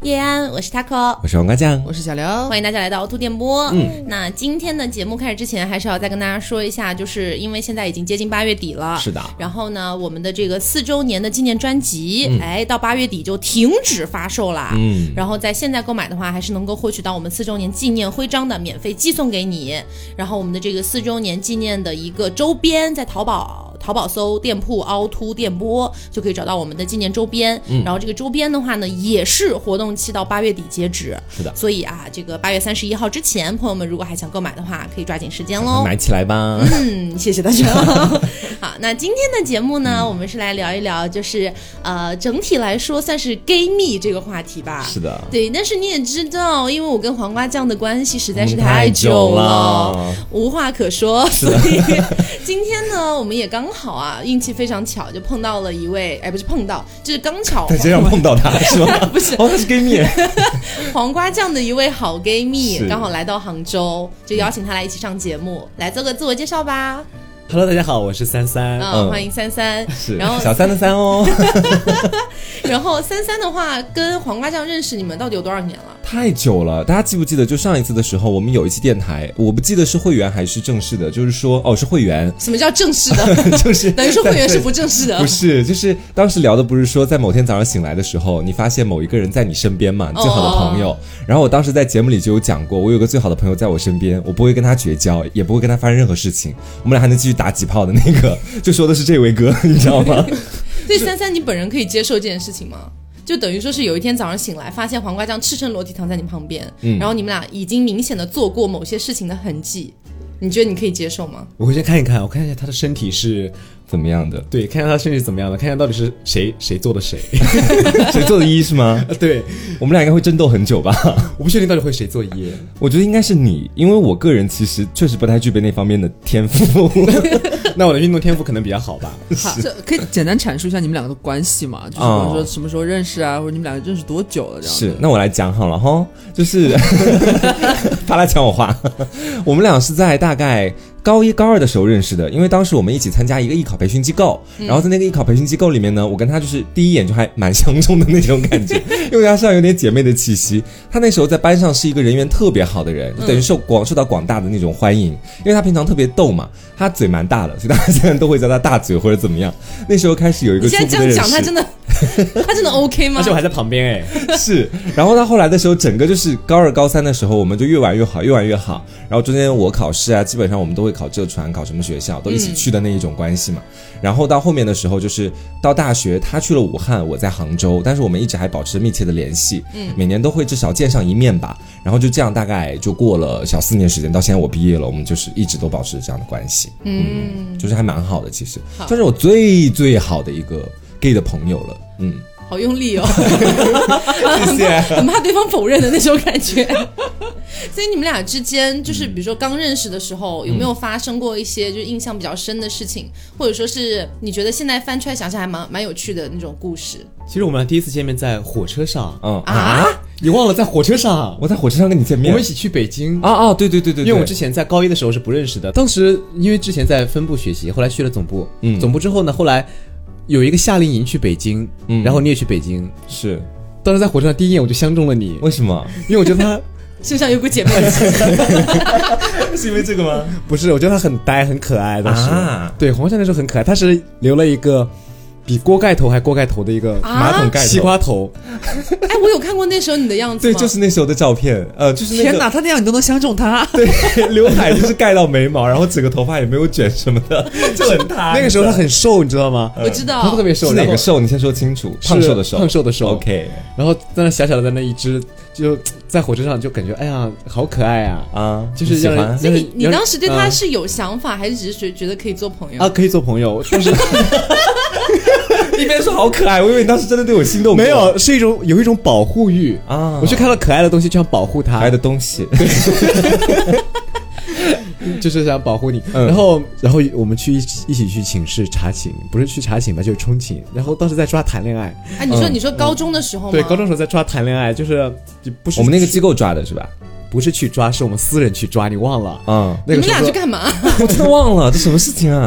叶安，我是 Taco， 我是黄瓜酱， 我是小刘， 欢迎大家来到凹凸电波。那今天的节目开始之前，还是要再跟大家说一下，就是因为现在已经接近8月底了， 是的。 然后呢，我们的这个4周年的纪念专辑，到8月底就停止发售啦。然后在现在购买的话，还是能够获取到我们4周年纪念徽章的，免费寄送给你。然后我们的这个4周年纪念的一个周边，在淘宝搜店铺凹凸电波就可以找到我们的纪念周边。然后这个周边的话呢，也是活动期到8月底截止。 是的。 所以啊，这个8月31号之前，朋友们如果还想购买的话，可以抓紧时间咯。 买起来吧。 谢谢大家。好，那今天的节目呢，我们是来聊一聊，就是整体来说算是 gay 蜜这个话题吧。 是的。 对，但是你也知道，因为我跟黄瓜酱的关系实在是太久了，无话可说。所以今天呢，我们也刚好啊，运气非常巧，就碰到了一位，不是碰到，就是刚巧在街上碰到他是吗？ 不是， 他是 gay 蜜。 黄瓜酱的一位好 gay 蜜刚好来到杭州，就邀请他来一起上节目，来做个自我介绍吧。 Hello， 大家好，我是33。 欢迎33。 是， 然后小3的3哦。 然后33的话，跟黄瓜酱认识你们到底有多少年了？ 太久了，大家记不记得？就上一次的时候，我们有一期电台，我不记得是会员还是正式的，就是说是会员。 什么叫正式的？ 就是等于说会员是不正式的。 不是，就是当时聊的不是说在某天早上醒来的时候，你发现某一个人在你身边嘛，最好的朋友。然后我当时在节目里就有讲过，我有个最好的朋友在我身边，我不会跟他绝交，也不会跟他发生任何事情，我们俩还能继续打几炮的那个，就说的是这位哥，你知道吗？ 所以33，你本人可以接受这件事情吗？就等于说是有一天早上醒来，发现黄瓜酱赤身裸体躺在你旁边，然后你们俩已经明显的做过某些事情的痕迹，你觉得你可以接受吗？ 我回去看一看，我看一下他的身体是怎么样的。 对，看一下他身体是怎么样的，看一下到底是谁做的谁。 谁做的一是吗？ 对， 我们俩应该会争斗很久吧。 我不确定到底会谁做一。 我觉得应该是你，因为我个人其实确实不太具备那方面的天赋。 那我的运动天赋可能比较好吧。 好，这可以简单阐述一下你们两个的关系嘛？就是比如说什么时候认识啊，或者你们两个认识多久了这样。 是，那我来讲好了哈，就是怕他抢我话。我们俩是在大概高1、高2的时候认识的，因为当时我们一起参加一个艺考培训机构，然后在那个艺考培训机构里面呢，我跟他就是第一眼就还蛮相中的那种感觉，因为他身上有点姐妹的气息。他那时候在班上是一个人缘特别好的人，就等于受到广大的那种欢迎，因为他平常特别逗嘛，他嘴蛮大的，所以大家现在都会叫他大嘴或者怎么样。那时候开始有一个初步的认识。你现在这样讲， 他真的 OK 吗？ 而且我还在旁边是，然后到后来的时候，整个就是高2、高3的时候，我们就越玩越好，越玩越好。然后中间我考试啊，基本上我们都会考浙传，考什么学校都一起去的那一种关系嘛。然后到后面的时候，就是到大学，他去了武汉，我在杭州，但是我们一直还保持密切的联系，每年都会至少见上一面吧。然后就这样大概就过了小4年时间，到现在我毕业了，我们就是一直都保持这样的关系，就是还蛮好的，其实算是我最好的一个 gay 的朋友了， 好用力哦。 谢谢。 很怕对方否认的那种感觉。所以你们俩之间，就是比如说刚认识的时候，有没有发生过一些就是印象比较深的事情，或者说是你觉得现在翻出来想想还蛮有趣的那种故事？ 其实我们俩第一次见面在火车上。 你忘了在火车上？ 我在火车上跟你见面， 我们一起去北京。 对， 因为我之前在高1的时候是不认识的，当时因为之前在分部学习，后来去了总部。总部之后呢，后来有一个夏令营去北京，然后你也去北京。 是， 当时在火车上第一眼我就相中了你。 为什么？ 因为我觉得他身上有股姐妹的气息。 是因为这个吗？ 不是，我觉得他很呆很可爱。当时对，黄夏那时候很可爱，他是留了一个比锅盖头还锅盖头的一一个马桶盖头西瓜头。 我有看过那时候你的样子吗？ 对，就是那时候的照片，就是那个。 天哪，他那样你都能相中他？ 对，刘海就是盖到眉毛，然后整个头发也没有卷什么的，就很塌。 那个时候他很瘦，你知道吗？ 我知道， 他特别瘦。 是哪个瘦？你先说清楚。胖瘦的瘦。 胖瘦的瘦。 OK。 然后在那小小的那一只，就在火车上就感觉哎呀，好可爱啊！就是喜欢。 所以你当时对他是有想法，还是只是觉得可以做朋友？ 可以做朋友，但是。 一边说好可爱，我以为你当时真的对我心动过。 没有，是有一种保护欲啊！ 我去看到可爱的东西就想保护它， 可爱的东西， 对，就是想保护你。然后我们一起去寝室查寝，不是去查寝吧，就是冲寝。然后当时在抓谈恋爱。 你说高中的时候吗？ 对，高中时候在抓谈恋爱，就是不是我们那个机构抓的是吧？ 不是去抓，是我们私人去抓，你忘了？ 你们俩去干嘛？ 我真的忘了，这什么事情啊？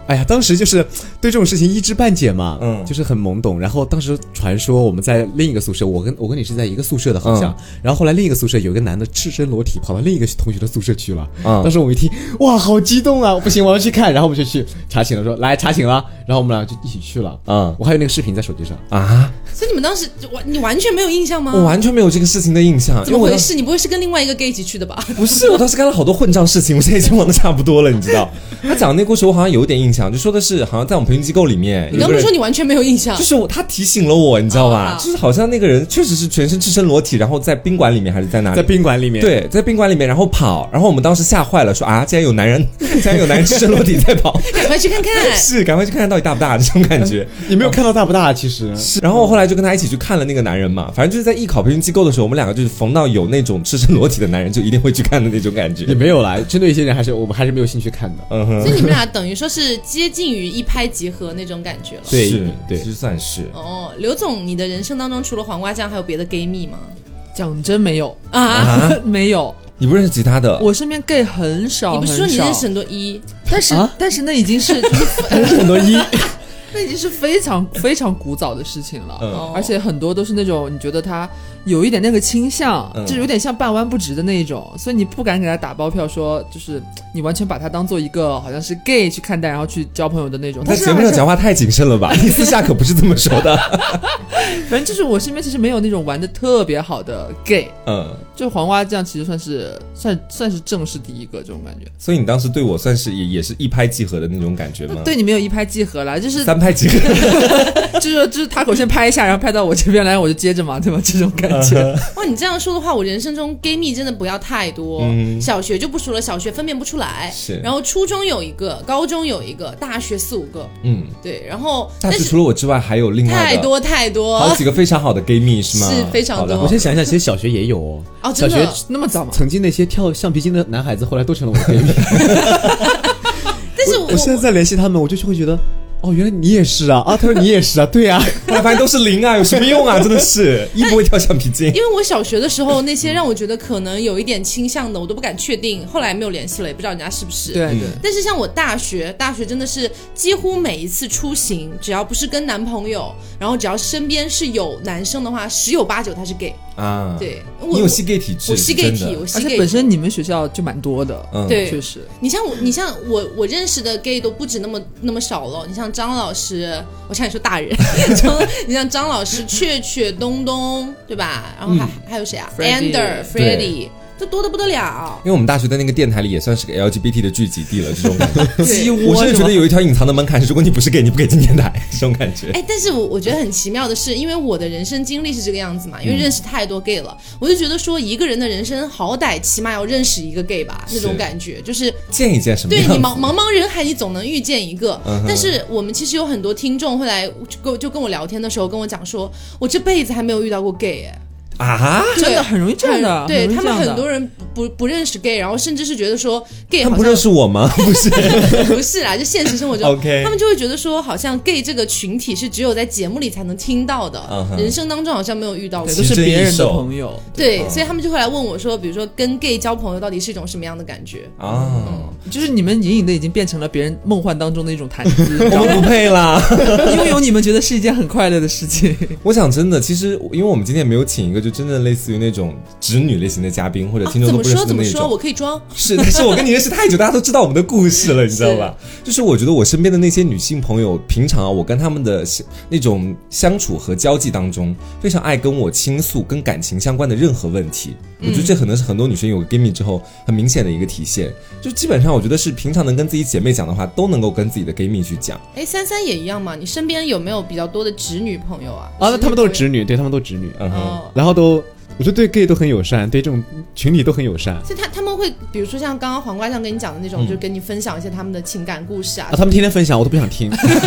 哎呀，当时就是对这种事情一知半解嘛，就是很懵懂。然后当时传说我们在另一个宿舍，我跟你是在一个宿舍的，好像。然后后来另一个宿舍有一个男的赤身裸体跑到另一个同学的宿舍去了。当时我一听，哇，好激动啊！不行，我要去看。然后我们就去查寝了，说来查寝了。然后我们俩就一起去了。我还有那个视频在手机上啊。 所以你们当时你完全没有印象吗？ 我完全没有这个事情的印象。 怎么回事？你不会是跟另外一个 gay 一起去的吧？ 不是，我当时干了好多混账事情，我现在已经忘得差不多了，你知道。他讲的那故事我好像有点印象，就说的是好像在我们培训机构里面。 你刚不是说你完全没有印象？ 就是他提醒了我，你知道吧？就是好像那个人确实是全身赤身裸体，然后在宾馆里面还是在哪里？ 在宾馆里面。 对，在宾馆里面，然后跑，然后我们当时吓坏了，说啊，竟然有男人赤身裸体在跑， 赶快去看看。 是，赶快去看看到底大不大这种感觉。 你没有看到大不大，其实是。然后我后来就跟他一起去看了那个男人嘛，反正就是在艺考培训机构的时候，我们两个就是逢到有那种赤身裸体的男人，就一定会去看的那种感觉。 也没有啦，针对一些人我们还是没有兴趣看的。 所以你们俩等于说是接近于一拍即合那种感觉了。 对， 其实算是。 刘总，你的人生当中除了黄瓜酱，还有别的 gay 蜜吗？ 讲真没有啊，没有。 你不认识其他的？ 我身边 gay 很少。 你不是说你认识很多一？ 但是那已经是很多一。 那已经是非常非常古早的事情了，而且很多都是那种你觉得他有一点那个倾向，就是有点像半弯不直的那一种，所以你不敢给他打包票说，就是你完全把他当做一个好像是 gay 去看待，然后去交朋友的那种。 在节目上讲话太谨慎了吧？你私下可不是这么说的。 反正就是我身边其实没有那种玩的特别好的 gay，就黄瓜酱其实算是正式第一个这种感觉。 所以你当时对我算是也是一拍即合的那种感觉吗？ 对你没有一拍即合啦，就是三拍即合。 就是他口先拍一下，然后拍到我这边来，我就接着嘛，对吧？这种感觉。 哇，你这样说的话，我人生中 gay 蜜真的不要太多。小学就不说了，小学分辨不出来。 是。 然后初中有一个，高中有一个，大学4-5个。对。然后大学除了我之外，还有另外的太多， 好几个非常好的 gay 蜜是吗？ 是非常多。 我先想一下，其实小学也有哦。 真的？ 小学那么早吗？ 曾经那些跳橡皮筋的男孩子，后来都成了我的 gay 蜜。 但是我现在在联系他们，我就会觉得。哦，原来你也是啊！他说你也是啊，对啊， 后来发现都是零啊，有什么用啊？真的是一不会跳橡皮筋。 因为我小学的时候，那些让我觉得可能有一点倾向的，我都不敢确定。后来没有联系了，也不知道人家是不是。 对。 但是像我大学真的是几乎每一次出行，只要不是跟男朋友，然后只要身边是有男生的话，10有8九他是 gay。对， 你有吸 gay 体质， 我吸 gay 体， 而且本身你们学校就蛮多的， 对， 确实。 你像我认识的 gay 都不止那么少了。你像张老师，我差点说大人，你像张老师、雀、东东，对吧？然后还有谁啊 ？Ander、Freddy。这多得不得了， 因为我们大学的那个电台里也算是个 LGBT 的聚集地了，这种感觉。 鸡窝，我甚至觉得有一条隐藏的门槛是，如果你不是 gay，你不可以进电台，这种感觉。 但是我觉得很奇妙的是，因为我的人生经历是这个样子嘛，因为认识太多 gay 了，我就觉得说一个人的人生好歹起码要认识一个 gay 吧，那种感觉就是见一见什么样子。 对你茫茫人海，你总能遇见一个。但是我们其实有很多听众会来就跟我聊天的时候跟我讲说，我这辈子还没有遇到过 gay。 真的很容易这样的， 对他们很多人不认识 gay， 然后甚至是觉得说 gay 好像他们不认识我吗？不是， 不是啦，就现实生活中 ，OK， 他们就会觉得说，好像 gay 这个群体是只有在节目里才能听到的，人生当中好像没有遇到过， 都是别人的朋友， 对，所以他们就会来问我说，比如说跟 gay 交朋友到底是一种什么样的感觉就是你们隐隐的已经变成了别人梦幻当中的一种谈资， 我们不配啦， 拥有你们觉得是一件很快乐的事情。 我想真的，其实因为我们今天没有请一个就真正类似于那种直女类型的嘉宾或者听众都不认识的那种， 怎么说我可以装是，但是我跟你认识太久，大家都知道我们的故事了，你知道吧？就是我觉得我身边的那些女性朋友，平常我跟他们的那种相处和交际当中，非常爱跟我倾诉跟感情相关的任何问题。我觉得这可能是很多女生有个 gay 蜜之后很明显的一个体现，就基本上我觉得是平常能跟自己姐妹讲的话，都能够跟自己的 gay 蜜去讲。 33也一样嘛？你身边有没有比较多的直女朋友啊？ 那他们都是直女，对他们都直女，然后都。我觉得对 gay 都很友善，对这种群体都很友善。 所以他们会，比如说像刚刚黄瓜酱跟你讲的那种，就跟你分享一些他们的情感故事啊。 他们天天分享，我都不想听。 所以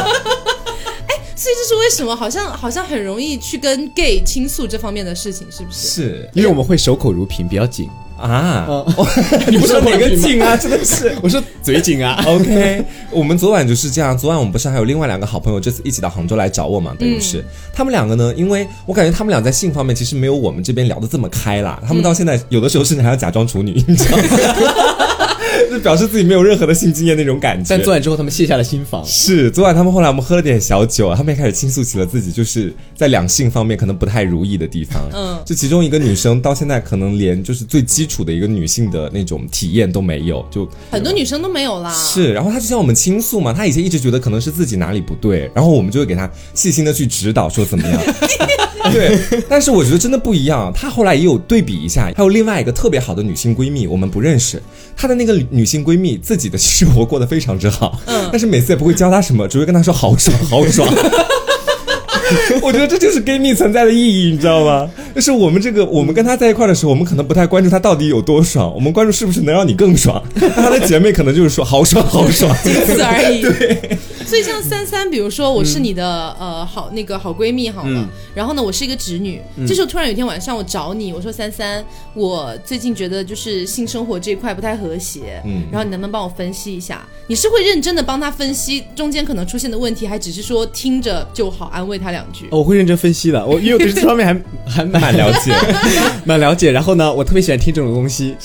这是为什么？好像很容易去跟 gay 倾诉这方面的事情，是不是？ 是因为我们会守口如瓶，比较紧。 你不是哪个紧啊？真的是， 我说嘴紧啊。 OK， 我们昨晚就是这样。昨晚我们不是还有另外2个好朋友这次一起到杭州来找我嘛？等于是他们2个呢，因为我感觉他们俩在性方面其实没有我们这边聊得这么开啦。他们到现在有的时候甚至还要假装处女，你知道吗？ 就表示自己没有任何的性经验那种感觉。 但做完之后他们卸下了心防。 是，昨晚他们后来我们喝了点小酒，他们也开始倾诉起了自己就是在两性方面可能不太如意的地方。就其中一个女生到现在可能连就是最基础的一个女性的那种体验都没有，就很多女生都没有啦。 是，然后她就向我们倾诉嘛，她以前一直觉得可能是自己哪里不对，然后我们就会给她细心的去指导说怎么样。对，但是我觉得真的不一样。她后来也有对比一下，还有另外一个特别好的女性闺蜜，我们不认识。她的那个女性闺蜜自己的生活过得非常之好，但是每次也不会教她什么，只会跟她说好爽好爽。我觉得这就是 gay 蜜存在的意义，你知道吗？就是我们跟他在一块的时候，我们可能不太关注他到底有多爽，我们关注是不是能让你更爽。他的姐妹可能就是说好爽好爽， 仅此而已。 对。 所以像33，比如说我是你的好闺蜜好了，然后呢我是一个直女，这时候突然有一天晚上我找你，我说33，我最近觉得就是性生活这一块不太和谐，然后你能不能帮我分析一下？你是会认真的帮他分析中间可能出现的问题，还只是说听着就好安慰他2句？ 我会认真分析的，因为我对这方面还蛮了解，蛮了解。然后呢，我特别喜欢听这种东西。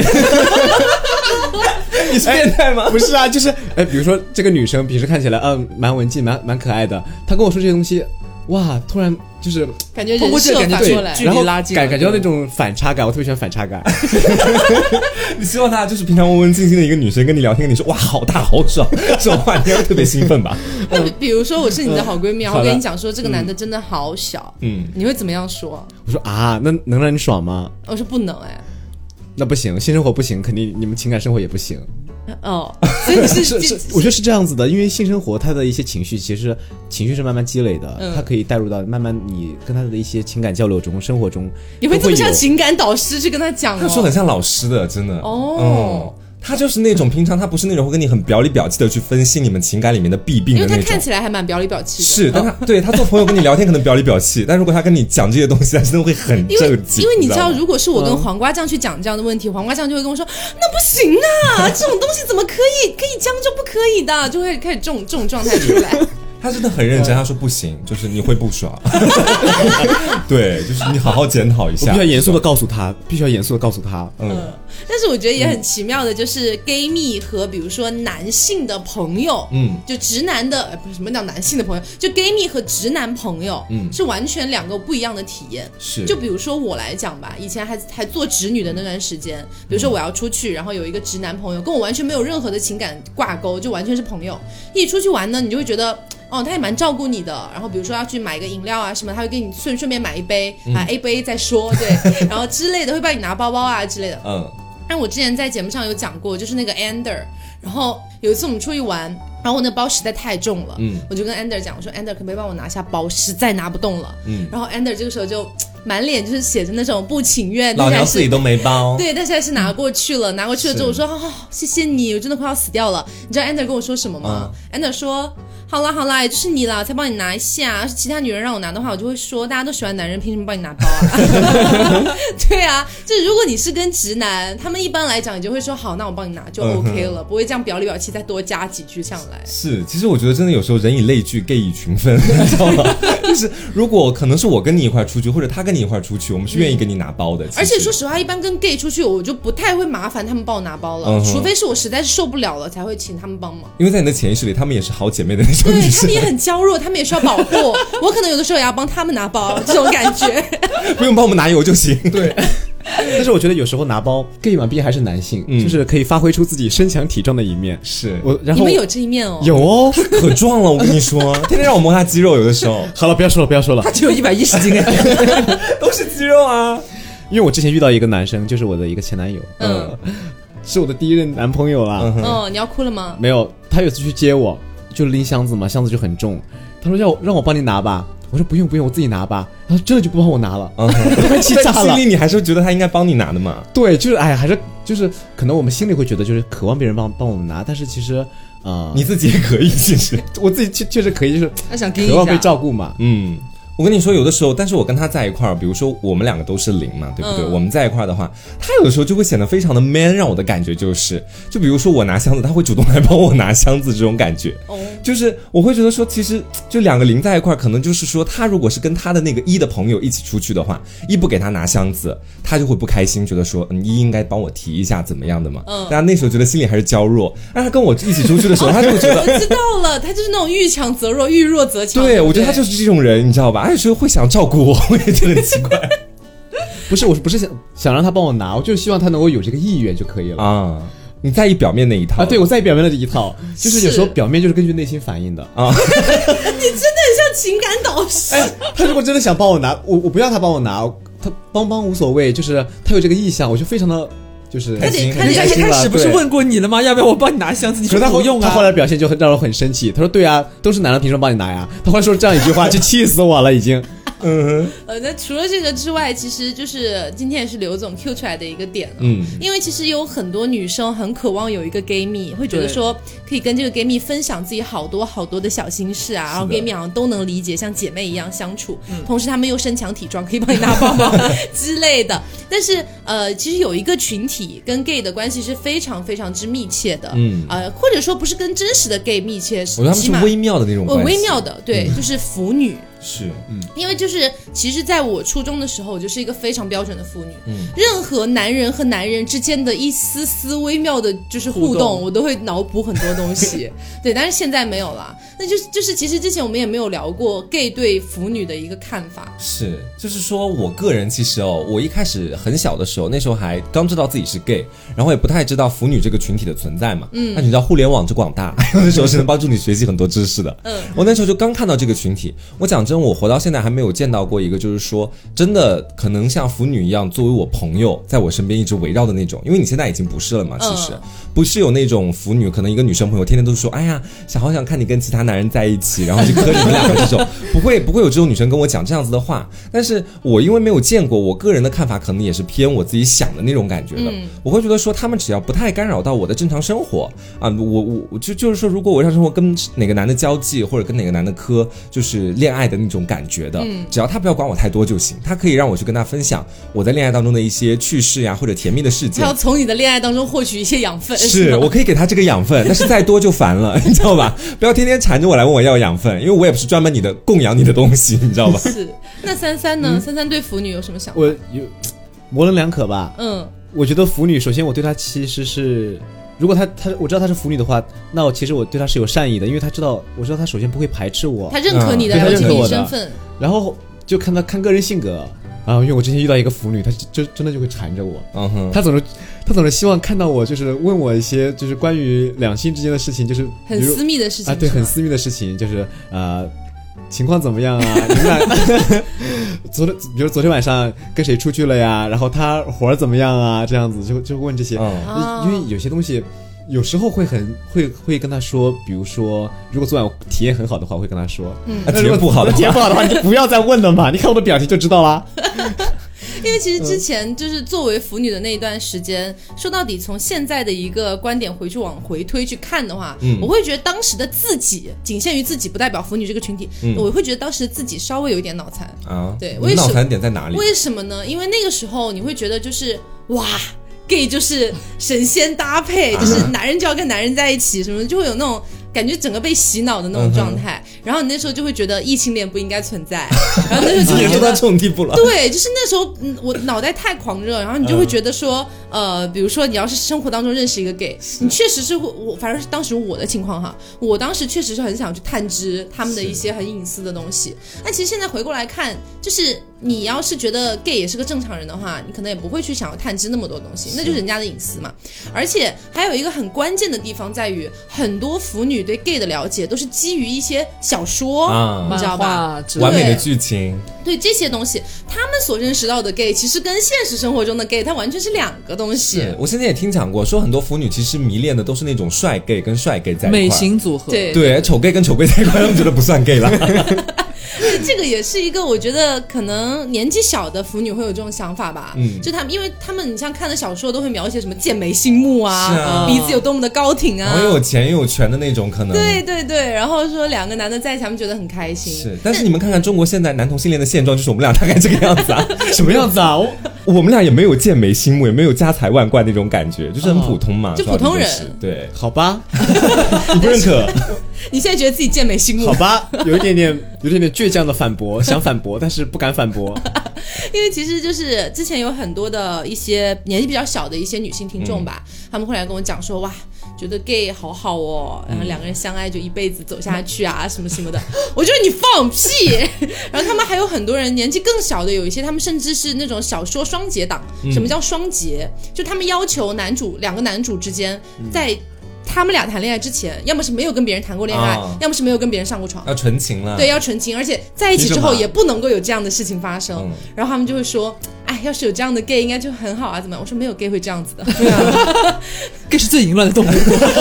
你是变态吗？ 不是啊，就是比如说这个女生平时看起来蛮文静蛮可爱的，她跟我说这些东西，哇，突然就是感觉人设反过来， 然后感觉到那种反差感，我特别喜欢反差感。 你希望她就是平常温文静静的一个女生跟你聊天，跟你说哇好大好爽，这种话你会特别兴奋吧？ 那比如说我是你的好闺蜜，然后跟你讲说这个男的真的好小，你会怎么样说？ 我说啊，那能让你爽吗？ 我说不能那不行，性生活不行，肯定你们情感生活也不行。 所以你是我觉得是这样子的，因为性生活它的一些情绪，其实情绪是慢慢积累的，它可以带入到慢慢你跟他的一些情感交流中，生活中。 你会这么像情感导师去跟他讲他说很像老师的，真的他就是那种平常他不是那种会跟你很表里表气的去分析你们情感里面的弊病的那种， 因为他看起来还蛮表里表气的。 是，但他做朋友跟你聊天可能表里表气，但如果他跟你讲这些东西，他真的会很正经。 因为你知道，如果是我跟黄瓜酱去讲这样的问题，黄瓜酱就会跟我说：“那不行啊，这种东西怎么可以将就不可以的？”就会开始这种状态出来。 他真的很认真，他说不行，就是你会不爽。对，就是你好好检讨一下。 我必须要严肃的告诉他， 但是我觉得也很奇妙的，就是 gay 蜜和比如说男性的朋友，就直男的，不是什么叫男性的朋友，就 gay 蜜和直男朋友，是完全2个不一样的体验。 是， 就比如说我来讲吧，以前还做直女的那段时间，比如说我要出去，然后有一个直男朋友跟我完全没有任何的情感挂钩，就完全是朋友。一起出去玩呢，你就会觉得。他也蛮照顾你的，然后比如说要去买个饮料啊什么，他会给你顺便买一杯，A 不 A 再说，对，然后之类的会帮你拿包包啊之类的。但我之前在节目上有讲过，就是那个 Ander， 然后有一次我们出去玩，然后我那包实在太重了，我就跟 Ander 讲，我说 Ander 可不可以帮我拿下包，实在拿不动了。然后 Ander 这个时候就满脸就是写着那种不情愿， 老娘自己都没包。 对，但是还是拿过去了。拿过去了之后，我说谢谢你，我真的快要死掉了。你知道 Ander 跟我说什么吗？Ander 说。好啦，也就是你啦，才帮你拿一下。要是其他女人让我拿的话，我就会说，大家都喜欢男人，凭什么帮你拿包啊？对啊，就是如果你是跟直男，他们一般来讲，你就会说好，那我帮你拿就 OK 了，不会这样表里表气再多加几句上来。 是，其实我觉得真的有时候人以类聚，gay 以群分，你知道吗？就是如果可能是我跟你一块出去，或者他跟你一块出去，我们是愿意给你拿包的。 而且说实话，一般跟 gay 出去，我就不太会麻烦他们帮我拿包了，除非是我实在是受不了了，才会请他们帮忙。 因为在你的潜意识里，他们也是好姐妹的那种女生。 对，他们也很娇弱，他们也需要保护。我可能有的时候也要帮他们拿包，这种感觉。 不用帮我们拿油就行。 对。但是我觉得有时候拿包 gay 嘛，毕竟还是男性，就是可以发挥出自己身强体壮的一面。 是然后你们有这一面哦？ 有哦， 可壮了，我跟你说，天天让我摸他肌肉，有的时候。 好了，不要说了， 他只有110斤都是肌肉啊。 因为我之前遇到一个男生，就是我的一个前男友，是我的第一任男朋友啦。 你要哭了吗？ 没有，他有次去接我，就拎箱子嘛，箱子就很重，他说让我帮你拿吧。我说不用，我自己拿吧。然后真的就不帮我拿了，快气炸了。 心里你还是觉得他应该帮你拿的嘛？ 对，就是还是就是可能我们心里会觉得就是渴望别人帮我们拿，但是其实你自己也可以，其实我自己确实可以，就是他想给渴望被照顾嘛。 我跟你说，有的时候，但是我跟他在一块儿，比如说我们两个都是0嘛，对不对？我们在一块儿的话，他有的时候就会显得非常的 man， 让我的感觉就是，就比如说我拿箱子，他会主动来帮我拿箱子，这种感觉，就是我会觉得说，其实就2个0在一块儿，可能就是说，他如果是跟他的那个1的朋友一起出去的话，1不给他拿箱子，他就会不开心，觉得说，1应该帮我提一下，怎么样的嘛？大家那时候觉得心里还是娇弱，但他跟我一起出去的时候，他就会觉得， 我知道了，他就是那种遇强则弱，遇弱则强。 对，我觉得他就是这种人，你知道吧？而且会想照顾我，我也觉得很奇怪。 我不是想让他帮我拿，我就是希望他能够有这个意愿就可以了啊。 你在意表面那一套啊？对，我在意表面的这一套，就是有时候表面就是根据内心反应的啊。 你真的很像情感导师。 他如果真的想帮我拿，我不要他帮我拿，他帮无所谓，就是他有这个意向，我就非常的。就是他一开始不是问过你了吗？要不要我帮你拿箱子？你说不用啊。他后来表现就让我很生气。他说：“对啊，都是男的，凭什么帮你拿呀？”他后来说这样一句话，就气死我了，已经。 那除了这个之外，其实就是今天也是刘总 Q 出来的一个点了。因为其实有很多女生很渴望有一个 gay 蜜，会觉得说可以跟这个 gay 蜜分享自己好多好多的小心事啊，然后 gay 蜜好像都能理解，像姐妹一样相处。同时他们又身强体壮，可以帮你拿包包之类的。但是其实有一个群体跟 gay 的关系是非常非常之密切的。或者说不是跟真实的 gay 密切， 我觉得他们是微妙的那种关系。 微妙的，对，就是腐女。 是， 因为就是其实在我初中的时候，我就是一个非常标准的腐女，任何男人和男人之间的一丝丝微妙的就是互动我都会脑补很多东西。对，但是现在没有了。那就是其实之前我们也没有聊过 gay 对腐女的一个看法。 是，就是说我个人其实我一开始很小的时候，那时候还刚知道自己是 gay， 然后也不太知道腐女这个群体的存在嘛。那你知道互联网之广大，有的时候是能帮助你学习很多知识的。我那时候就刚看到这个群体，我讲真，我活到现在还没有见到过一个就是说真的可能像腐女一样作为我朋友在我身边一直围绕的那种。因为你现在已经不是了嘛，其实不是有那种腐女，可能一个女生朋友天天都说，哎呀，好想看你跟其他男人在一起，然后就磕你们两个这种，不会有这种女生跟我讲这样子的话。但是我因为没有见过，我个人的看法可能也是偏我自己想的那种感觉的。我会觉得说他们只要不太干扰到我的正常生活啊，我就是说，如果我日常生活跟哪个男的交际或者跟哪个男的磕，就是恋爱的那种感觉的，只要他不要管我太多就行，他可以让我去跟他分享我在恋爱当中的一些趣事呀，或者甜蜜的事件。 他要从你的恋爱当中获取一些养分， 是我可以给他这个养分，但是再多就烦了，你知道吧？不要天天缠着我来问我要养分，因为我也不是专门供养你的东西，你知道吧？ 是。那33呢？33对腐女有什么想法？ 我有模棱两可吧。我觉得腐女，首先我对她其实是。如果我知道她是腐女的话，那我其实我对她是有善意的，因为我知道她首先不会排斥我， 她认可你的 LGBT 身份， 然后就看个人性格啊。因为我之前遇到一个腐女，她真的就会缠着我，她总是希望看到我，就是问我一些就是关于两性之间的事情，就是很私密的事情啊，对，很私密的事情，就是情况怎么样啊？你们俩比如昨天晚上跟谁出去了呀？然后他活怎么样啊？这样子就问这些，因为有些东西有时候会跟他说，比如说如果昨晚体验很好的话，我会跟他说， 体验不好的话你就不要再问了嘛，你看我的表情就知道啦。 因为其实之前就是作为腐女的那一段时间，说到底从现在的一个观点往回推去看的话，我会觉得当时的自己仅限于自己，不代表腐女这个群体。我会觉得当时的自己稍微有一点脑残啊。对， 你脑残点在哪里？ 为什么呢？因为那个时候你会觉得就是哇，gay 就是神仙搭配，就是男人就要跟男人在一起，什么就会有那种。感觉整个被洗脑的那种状态，然后你那时候就会觉得异性恋不应该存在，然后那时候就严重到这种地步了。 对，就是那时候我脑袋太狂热，然后你就会觉得说，比如说你要是生活当中认识一个 gay， 你确实是会，反正是当时我的情况哈，我当时确实是很想去探知他们的一些很隐私的东西。那其实现在回过来看，就是你要是觉得 gay 也是个正常人的话，你可能也不会去想要探知那么多东西，那就是人家的隐私嘛。而且还有一个很关键的地方在于，很多腐女对 gay 的了解都是基于一些小说，你知道吧？ 完美的剧情。 对这些东西，他们所认识到的 gay 其实跟现实生活中的 gay 它完全是两个东西。 我现在也听讲过，说很多腐女其实迷恋的都是那种帅 gay 跟帅 gay 在一块， 美型组合。 对， 丑 gay 跟丑 gay 在一块，他们觉得不算 gay 了。 这个也是一个我觉得可能年纪小的腐女会有这种想法吧。就他们，因为他们你像看的小说都会描写什么剑眉星目啊，鼻子有多么的高挺啊， 然后又有钱又有权的那种可能。 对对对，然后说两个男的在一起，他们觉得很开心。 是，但是你们看看中国现在男同性恋的现状，就是我们俩大概这个样子啊。 什么样子啊？ 我们俩也没有剑眉星目，也没有家财万贯那种感觉，就是很普通嘛， 就普通人。 对， 好吧， 你不认可？ 你现在觉得自己剑眉星目？ 好吧，有一点点倔强的反驳，想反驳，但是不敢反驳。 因为其实就是之前有很多的一些年纪比较小的一些女性听众吧，他们会来跟我讲说，哇，觉得 gay 好好哦，然后两个人相爱就一辈子走下去啊，什么什么的。我觉得你放屁。然后他们还有很多人年纪更小的，有一些他们甚至是那种小说双节党。什么叫双节？就他们要求两个男主之间在他们俩谈恋爱之前，要么是没有跟别人谈过恋爱，要么是没有跟别人上过床， 要纯情了。 对，要纯情，而且在一起之后也不能够有这样的事情发生。然后他们就会说，哎，要是有这样的 gay 应该就很好啊，怎么样？我说没有 gay 会这样子的。对啊 ，gay 是最淫乱的动物。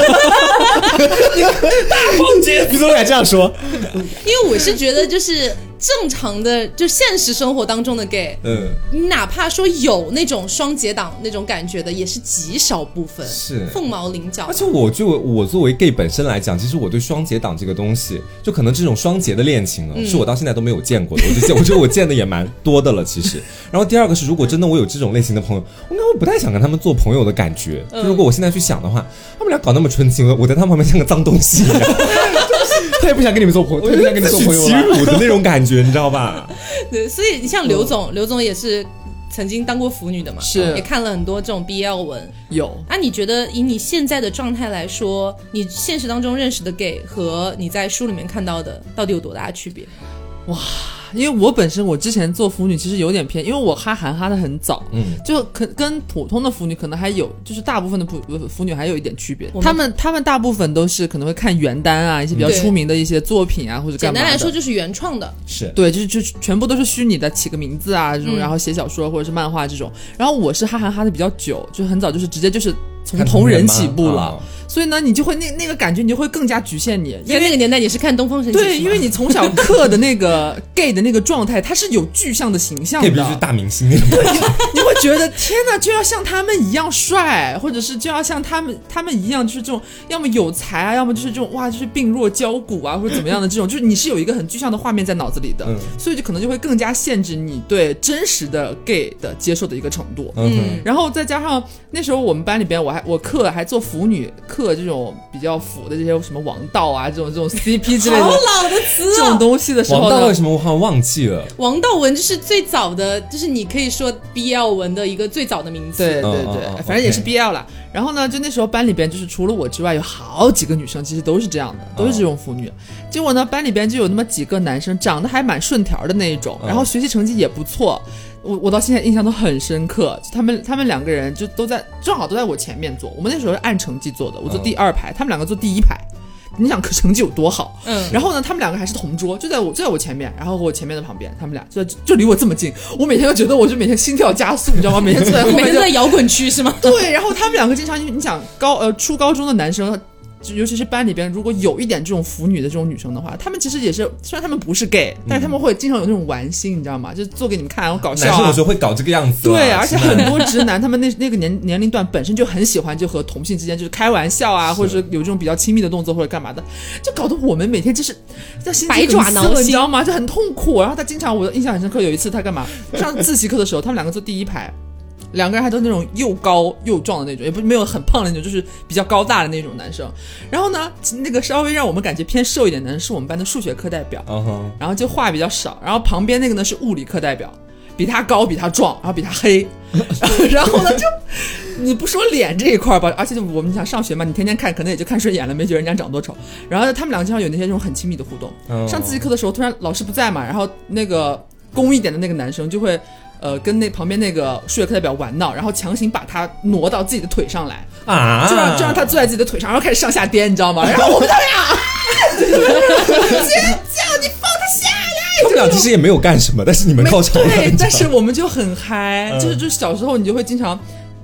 大凤姐，你怎么敢这样说？ 因为我是觉得就是正常的，就现实生活当中的 gay，你哪怕说有那种双节党那种感觉的，也是极少部分， 是凤毛麟角。 而且我作为 gay 本身来讲，其实我对双节党这个东西，就可能这种双节的恋情呢，是我到现在都没有见过的。我觉得我见的也蛮多的了，其实。然后第二个是，如果真的我有这种类型的朋友，我不太想跟他们做朋友的感觉。就如果我现在去想的话，他们俩搞那么纯情，我在他们旁边像个脏东西一样。 他也不想跟你们做朋友，他也不想跟你做朋友了， 自取其辱的那种感觉，你知道吧？ 对，所以你像刘总也是曾经当过腐女的嘛， 是也看了很多这种 BL 文。 有啊，你觉得以你现在的状态来说，你现实当中认识的 gay 和你在书里面看到的到底有多大的区别？ 哇，因为我之前做腐女其实有点偏，因为我哈韩哈的很早，就跟普通的腐女可能还有，就是大部分的腐女还有一点区别。他们大部分都是可能会看原单啊，一些比较出名的一些作品啊，或者干嘛的。 简单来说就是原创的， 是对，就全部都是虚拟的，起个名字啊这种，然后写小说或者是漫画这种。然后我是哈韩哈的比较久，就很早就是直接就是从同人起步了。所以呢，你就会那个感觉，你就会更加局限你。 因为那个年代你是看东方神起， 对，因为你从小刻的那个 gay 的那个状态，它是有具象的形象的， gay 必须是大明星那种。 对，你会觉得天哪，就要像他们一样帅，或者是就要像他们一样，就是这种要么有才啊，要么就是这种哇，就是病弱娇骨啊，或者怎么样的这种，就是你是有一个很具象的画面在脑子里的，所以就可能就会更加限制你对真实的 gay 的接受的一个程度。然后再加上那时候我们班里边我课还做腐女课这种比较腐的这些什么王道啊这种 CP 之类的好老的词这种东西的时候呢， 王道为什么我好像忘记了？ 王道文就是最早的，就是你可以说 BL 文的一个最早的名字。 对对对，反正也是 BL 啦。然后呢，就那时候班里边就是除了我之外，有好几个女生，其实都是这样的，都是这种腐女。结果呢，班里边就有那么几个男生，长得还蛮顺条的那一种，然后学习成绩也不错。我到现在印象都很深刻，他们两个人就正好都在我前面坐，我们那时候是按成绩坐的，我坐第2排，他们两个坐第1排。你想成绩有多好？然后呢，他们两个还是同桌，就在我前面，然后和我前面的旁边，他们俩就离我这么近，我每天都觉得我就每天心跳加速，你知道吗？每天坐在后面， 每天都在摇滚区是吗？ 对，然后他们两个经常，你想初高中的男生。尤其是班里边如果有一点这种腐女的这种女生的话，她们其实也是，虽然她们不是 gay，但是她们会经常有那种玩心，你知道吗？就做给你们看，然后搞笑啊。 男生有时候会搞这个样子。 对，而且很多直男他们那个年龄段本身就很喜欢就和同性之间就是开玩笑啊，或者是有这种比较亲密的动作或者干嘛的，就搞得我们每天就是百爪挠心， 你知道吗？就很痛苦。然后他经常，我印象很深刻，有一次他干嘛？上自习课的时候，他们两个坐第1排。两个人还都是那种又高又壮的那种，也不没有很胖的那种，就是比较高大的那种男生。然后呢，那个稍微让我们感觉偏瘦一点的人是我们班的数学课代表，然后就话比较少。然后旁边那个呢是物理课代表，比他高，比他壮，然后比他黑。然后呢，就你不说脸这一块吧，而且就我们想上学嘛，你天天看，可能也就看顺眼了，没觉得人家长多丑。然后他们两个经常有那些这种很亲密的互动。上自习课的时候，突然老师不在嘛，然后那个攻一点的那个男生就会。跟那旁边那个数学课代表玩闹，然后强行把他挪到自己的腿上来啊，就让他坐在自己的腿上，然后开始上下颠，你知道吗？然后我们他俩尖叫，你放他下来。 他们俩其实也没有干什么，但是你们高潮了。 对，但是我们就很嗨，就是小时候你就会经常。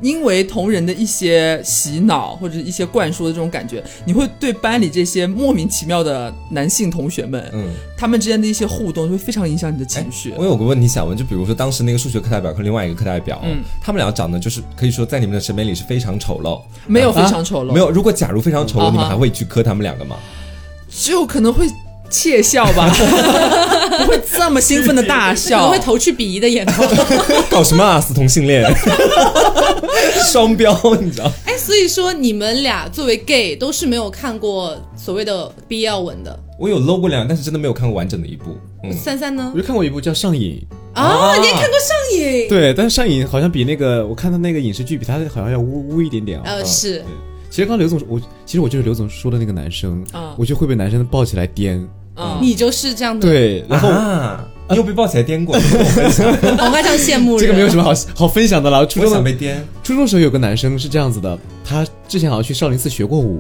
因为同人的一些洗脑或者一些灌输的这种感觉，你会对班里这些莫名其妙的男性同学们，他们之间的一些互动会非常影响你的情绪。 我有个问题想问，就比如说当时那个数学课代表和另外一个课代表，他们俩长得就是可以说在你们的审美里是非常丑陋， 没有非常丑陋， 没有。如果假如非常丑陋，你们还会去磕他们两个吗？ 就可能会窃笑吧，不会这么兴奋的大笑， 可能会投去鄙夷的眼光。 搞什么啊，死同性恋，双标，你知道？ 所以说你们俩作为 gay 都是没有看过所谓的 BL 文的。 我有搂过两，但是真的没有看过完整的一部。 三三呢？ 我就看过一部叫《上瘾》 你也看过《上瘾》？ 对，但是《上瘾》好像比那个我看的那个影视剧比他好像要污一点点是。 其实刚刘总，其实我就是刘总说的那个男生，我就会被男生抱起来颠。 你就是这样的。 对，然后你有被抱起来颠过？ 我该这样羡慕人。 这个没有什么好分享的了。 我想被颠。 初中时候有个男生是这样子的，他之前好像去少林寺学过舞。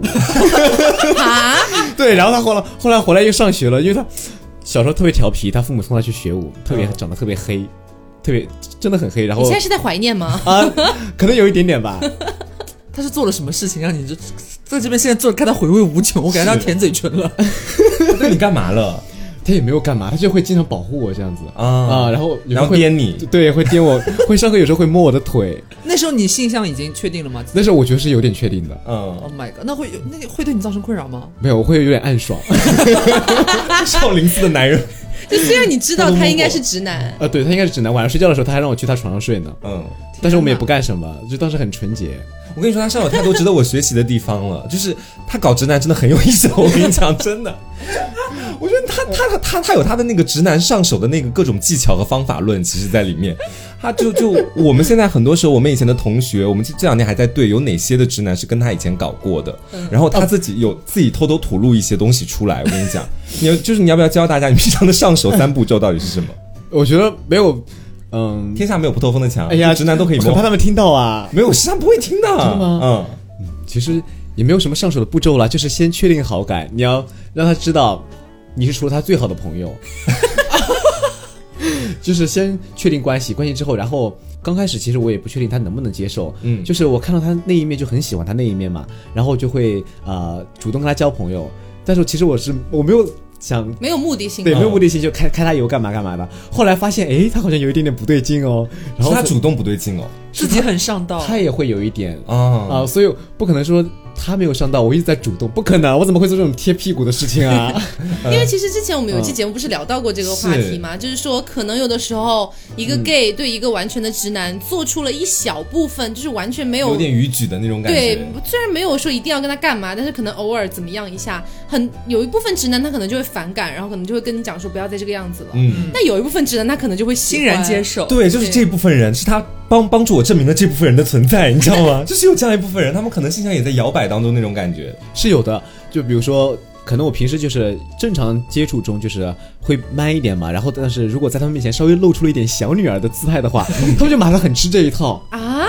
对，然后他后来回来又上学了，因为他小时候特别调皮，他父母送他去学舞，长得特别黑，特别真的很黑。然后你现在是在怀念吗？ 可能有一点点吧。 他是做了什么事情让你就在这边现在做看他回味无穷？我感觉他舔嘴唇了。 对你干嘛了？ 他也没有干嘛，他就会经常保护我这样子然后会颠你， 对，会颠我，会上课有时候会摸我的腿。 那时候你性向已经确定了吗？ 那时候我觉得是有点确定的。 Oh my god， 那会对你造成困扰吗？ 没有，我会有点暗爽。 少林寺的男人， 就虽然你知道他应该是直男， 对，他应该是直男。晚上睡觉的时候，他还让我去他床上睡呢。但是我们也不干什么，就当时很纯洁。 我跟你说，他上有太多值得我学习的地方了，就是他搞直男真的很有意思。我跟你讲，真的，我觉得他有他的那个直男上手的那个各种技巧和方法论，其实在里面。他就我们现在很多时候，我们以前的同学，我们这两年还在对有哪些的直男是跟他以前搞过的，然后他自己偷偷吐露一些东西出来。我跟你讲，你要不要教大家你平常的上手3步骤到底是什么？ 我觉得没有。 天下没有不透风的墙。哎呀，直男都可以摸。 我怕他们听到啊。 没有，实际上不会听的。 真的吗？其实也没有什么上手的步骤啦，就是先确定好感，你要让他知道你是除了他最好的朋友。就是先确定关系之后，然后刚开始其实我也不确定他能不能接受。就是我看到他那一面就很喜欢他那一面嘛，然后就会主动跟他交朋友。但是其实我没有。 没有目的性， 对，没有目的性就开他油干嘛干嘛的。后来发现，他好像有一点点不对劲哦。然后他主动不对劲哦， 自己很上道， 他也会有一点所以不可能说他没有上道，我一直在主动，不可能，我怎么会做这种贴屁股的事情啊？ 因为其实之前我们有一期节目不是聊到过这个话题吗？就是说可能有的时候一个 gay 对一个完全的直男做出了一小部分，就是完全没有点逾矩的那种感觉。 对，虽然没有说一定要跟他干嘛，但是可能偶尔怎么样一下，有一部分直男他可能就会反感，然后可能就会跟你讲说不要再这个样子了。那有一部分直男他可能就会欣然接受。 对，就是这部分人是他帮助我证明了这部分人的存在，你知道吗？就是有这样一部分人，他们可能性向也在摇摆当中那种感觉。 是有的，就比如说可能我平时就是正常接触中就是会 man 一点嘛，然后但是如果在他们面前稍微露出了一点小女儿的姿态的话，他们就马上很吃这一套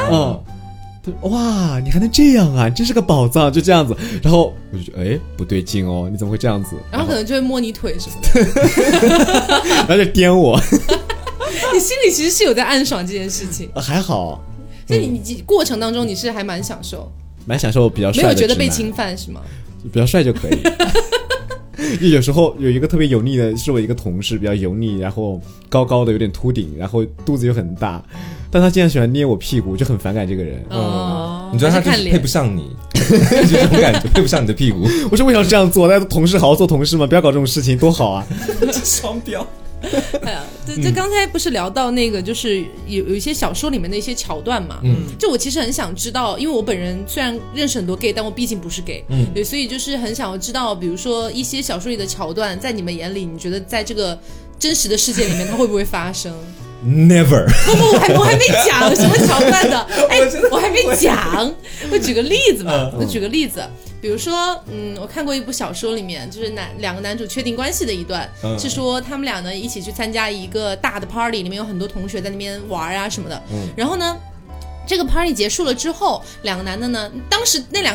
哇，你还能这样啊，真是个宝藏，就这样子。然后我就觉得不对劲哦，你怎么会这样子？ 然后可能就会摸你腿什么的。 然后就颠我。 你心里其实是有在暗爽这件事情。 还好， 就你过程当中你是还蛮享受比较帅的， 没有觉得被侵犯是吗？ 比较帅就可以。有时候有一个特别油腻的是我一个同事，比较油腻，然后高高的有点秃顶，然后肚子又很大，但他竟然喜欢捏我屁股，就很反感这个人。 你觉得他就是配不上你，就这种感觉，配不上你的屁股。 我说为什么这样做？大家同事好好做同事嘛，不要搞这种事情，多好啊！ 双标。 这刚才不是聊到那个，就是有一些小说里面的一些桥段嘛，就我其实很想知道，因为我本人虽然认识很多 gay， 但我毕竟不是 gay，对，所以就是很想要知道，比如说一些小说里的桥段，在你们眼里，你觉得在这个真实的世界里面，它会不会发生 ？Never。 不，我还没讲什么桥段的，我还没讲，我举个例子吧，比如说，我看过一部小说，里面就是两个男主确定关系的一段，是说他们俩呢一起去参加一个大的 party， 里面有很多同学在那边玩啊什么的，然后呢，这个 party 结束了之后，两个男的呢，当时那两个男的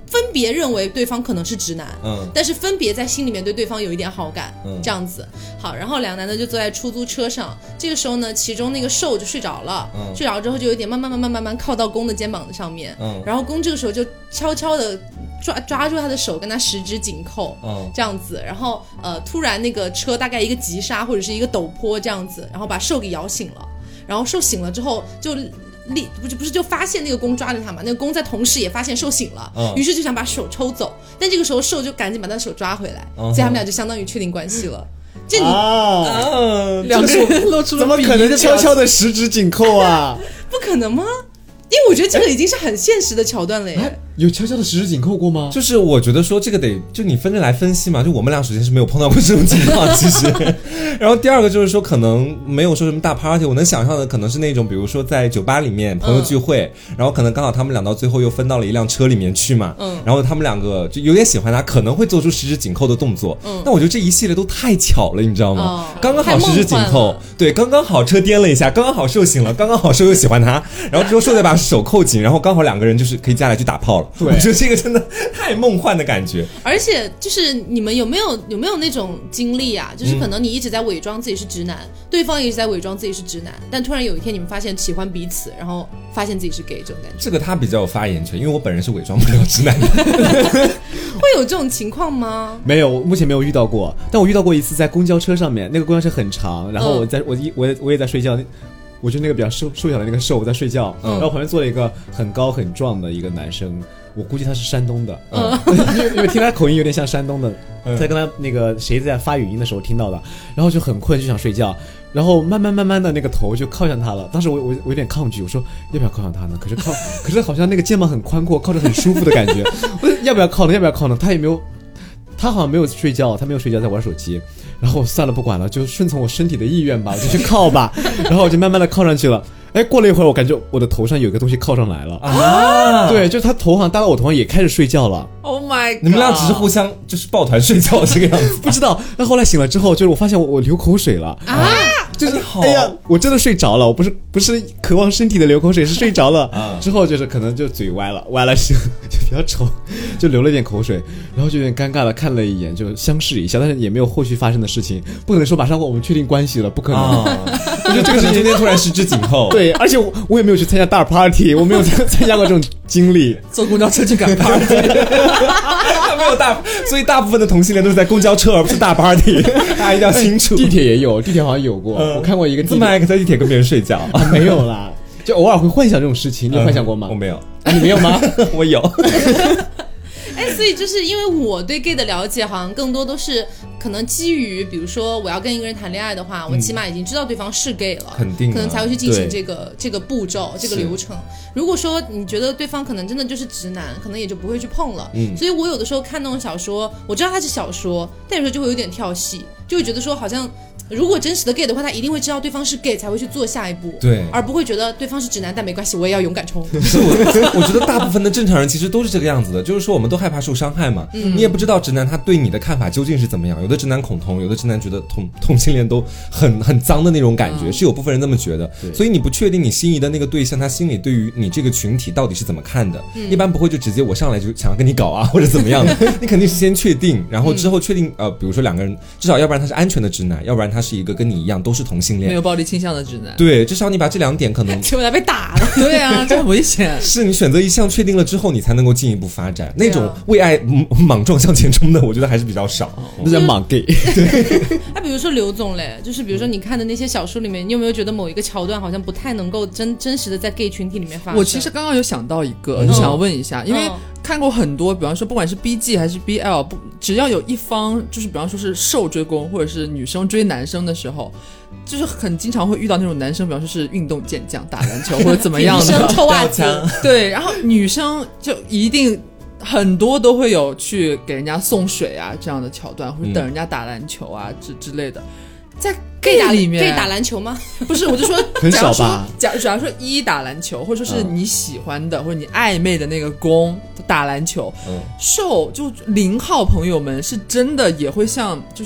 分别认为对方可能是直男，但是分别在心里面对对方有一点好感，这样子。好，然后两个男的就坐在出租车上，这个时候呢，其中那个受就睡着了，睡着之后就有点慢慢靠到公的肩膀的上面，然后公这个时候就悄悄的抓住他的手，跟他十指紧扣，这样子，然后突然那个车大概一个急刹或者是一个陡坡这样子，然后把受给摇醒了，然后受醒了之后就不是就发现那个公抓着他嘛，那个公在同时也发现受醒了，于是就想把手抽走，但这个时候受就赶紧把他的手抓回来，所以他们俩就相当于确定关系了。这你两个人露出了怎么可能悄悄的十指紧扣啊？ 不可能吗？因为我觉得这个已经是很现实的桥段了耶。 有悄悄的十指紧扣过吗？ 就是我觉得说这个得就你分着来分析嘛，就我们俩首先是没有碰到过这种情况，其实。然后第二个就是说可能没有说什么大 party， 我能想象的可能是那种比如说在酒吧里面朋友聚会，然后可能刚好他们俩到最后又分到了一辆车里面去嘛，然后他们两个就有点喜欢他，可能会做出十指紧扣的动作，但我觉得这一系列都太巧了，你知道吗？刚刚好十指紧扣，对，刚刚好车颠了一下，刚刚好受醒了，刚刚好受又喜欢他，然后之后受再把手扣紧，然后刚好两个人就是可以接下来去打炮了。对，我觉得这个真的太梦幻的感觉。 而且就是你们有没有那种经历啊？就是可能你一直在伪装自己是直男，对方也一直在伪装自己是直男，但突然有一天你们发现喜欢彼此，然后发现自己是 gay 这种感觉。 这个他比较有发言权，因为我本人是伪装不了直男的。 会有这种情况吗？ 没有，目前没有遇到过。但我遇到过一次，在公交车上面，那个公交车很长，然后我也在睡觉。我就那个比较瘦小的那个瘦，我在睡觉，然后旁边坐了一个很高很壮的一个男生，我估计他是山东的，因为听他口音有点像山东的，在跟他那个谁在发语音的时候听到的，然后就很困就想睡觉，然后慢慢的那个头就靠向他了，当时我有点抗拒，我说要不要靠向他呢？可是好像那个肩膀很宽阔，靠着很舒服的感觉，我说要不要靠呢？他好像没有睡觉，在玩手机。然后算了，不管了，就顺从我身体的意愿吧，我就去靠吧。然后我就慢慢的靠上去了。哎，过了一会儿，我感觉我的头上有一个东西靠上来了啊！对，就是他头好像搭到我头上，也开始睡觉了。 Oh my god！ 你们俩只是互相就是抱团睡觉这个样子， 不知道。那后来醒了之后，就是我发现我流口水了啊！就是哎呀，我真的睡着了，我不是渴望身体的流口水，是睡着了。之后就是可能就嘴歪了就比较丑，就流了点口水，然后就有点尴尬了，看了一眼就相视一笑，但是也没有后续发生的事情，不可能说马上我们确定关系了，不可能。 我觉得这个是今天突然十指紧扣。 对，而且我也没有去参加大 party， 我没有参加过这种经历。 坐公交车去赶 party， 没有所以大部分的同性恋都是在公交车，而不是大 party， 大家一定要清楚。 地铁也有，地铁好像有过，我看过一个地铁。 这么爱在地铁跟别人睡觉？ 没有啦，就偶尔会幻想这种事情。你有幻想过吗？ 我没有。 你没有吗？ 我有。 所以就是因为我对 gay 的了解好像更多都是可能基于比如说我要跟一个人谈恋爱的话，我起码已经知道对方是 gay 了， 肯定可能才会去进行这个步骤这个流程。如果说你觉得对方可能真的就是直男，可能也就不会去碰了。所以我有的时候看那种小说，我知道它是小说，但有时候就会有点跳戏，就会觉得说好像如果真实的 gay 的话，他一定会知道对方是 gay 才会去做下一步， 对， 而不会觉得对方是直男，但没关系，我也要勇敢冲。 我觉得大部分的正常人其实都是这个样子的，就是说我们都害怕受伤害嘛，你也不知道直男他对你的看法究竟是怎么样，有的直男恐同，有的直男觉得同性恋都很脏的那种感觉，是有部分人这么觉得，所以你不确定你心仪的那个对象他心里对于你这个群体到底是怎么看的，一般不会就直接我上来就想要跟你搞啊或者怎么样的，你肯定是先确定，然后之后确定比如说两个人至少要不然他是安全的直男，要不然他是一个跟你一样都是同性恋没有暴力倾向的直男， 对，至少你把这两点可能结果他被打了。 对啊，这很危险。 是你选择一项确定了之后你才能够进一步发展，那种为爱莽撞向前冲的我觉得还是比较少， 那叫莽 gay。 对，比如说刘总嘞，就是比如说你看的那些小说里面，你有没有觉得某一个桥段好像不太能够真实的在 gay 群体里面发生？ 我其实刚刚有想到一个，就想要问一下，因为看过很多，比方说不管是 BG 还是 BL， 只要有一方就是比方说是受追攻，或者是女生追男生的时候，就是很经常会遇到那种男生比方说是运动健将打篮球或者怎么样的女生抽袜子， 对，然后女生就一定很多都会有去给人家送水啊这样的桥段，或者等人家打篮球啊之类的。在 gay 里面 gay 打篮球吗？ 不是，我就说很少吧。 假如说打篮球，或者说是你喜欢的、或者你暧昧的那个攻打篮球，受就0号朋友们是真的也会像就是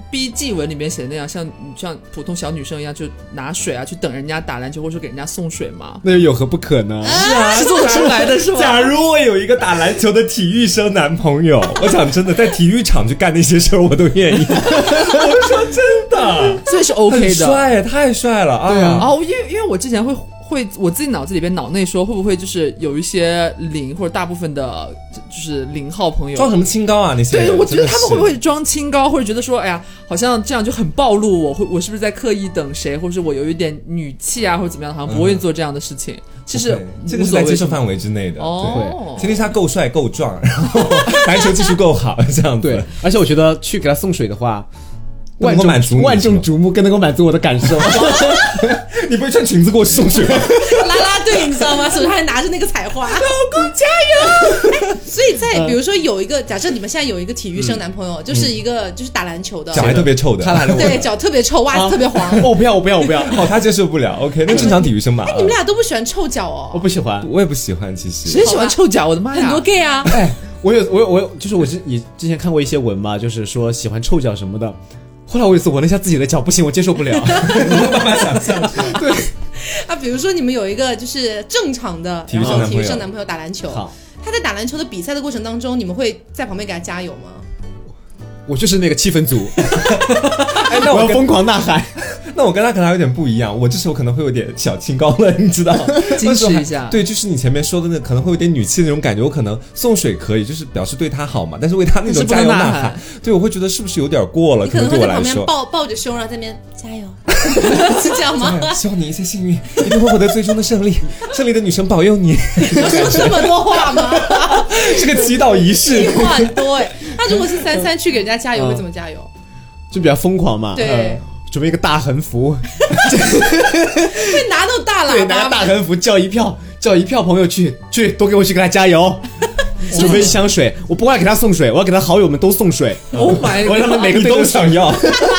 B 记文里面写的那样，像普通小女生一样，就拿水啊去等人家打篮球，或者说给人家送水吗？ 那有何不可呢？ 是啊， 是做得出来的是吗？ 假如我有一个打篮球的体育生男朋友，我讲真的，在体育场去干那些事儿，我都愿意。我说真的， 所以是 OK 的， 很帅，太帅了。 对啊， 哦，因为我之前会我自己脑子里边脑内说，会不会就是有一些零或者大部分的，就是0号朋友装什么清高啊那些人？ 对，我觉得他们会不会装清高，或者觉得说，哎呀，好像这样就很暴露我是不是在刻意等谁，或者是我有一点女气啊，或者怎么样，好像不会做这样的事情。其实这个是在接受范围之内的， 哦， 前提是他够帅够壮，然后篮球技术够好，这样子。 对，而且我觉得去给他送水的话， 万众瞩目，更能够满足我的感受。 你不会穿裙子给我送水吗？ 啦啦队你知道吗？手上还拿着那个彩花，老公加油！所以在比如说有一个，假设你们现在有一个体育生男朋友，就是一个就是打篮球的， 脚还特别臭的， 对，脚特别臭，袜子特别黄。 我不要， 哦，他接受不了。OK， 那正常体育生吧？ 你们俩都不喜欢臭脚哦？ 我不喜欢， 我也不喜欢，其实。 谁喜欢臭脚？我的妈呀， 很多 gay 啊！ 哎，我有，就是我之前看过一些文嘛，就是说喜欢臭脚什么的。后来我有一次闻了一下自己的脚，不行，我接受不了。 慢慢想象。对啊，比如说你们有一个就是正常的体育生男朋友打篮球，他在打篮球的比赛的过程当中，你们会在旁边给他加油吗？ 我就是那个气氛组， 哎，那我要疯狂呐喊。 那我跟他可能有点不一样，我这时候可能会有点小清高了，你知道， 矜持一下。 对，就是你前面说的那可能会有点女气的那种感觉，我可能送水可以，就是表示对他好嘛，但是为他那种加油呐喊，对我会觉得是不是有点过了？ 你可能会在旁边抱着胸，然后在那边加油，是这样吗？ 希望你一切幸运，一定会获得最终的胜利，胜利的女神保佑你。 有说这么多话吗？ 是个祈祷仪式， 话很多哎。那如果是33去给人家加油，会怎么加油？ 就比较疯狂嘛。 对。 准备一个大横幅， 会拿到大喇叭， 对，拿个大横幅叫一票朋友去，都给我去给他加油。准备一箱水，我不光要给他送水，我要给他好友们都送水。 Oh my god！ 我让他们每个都想要。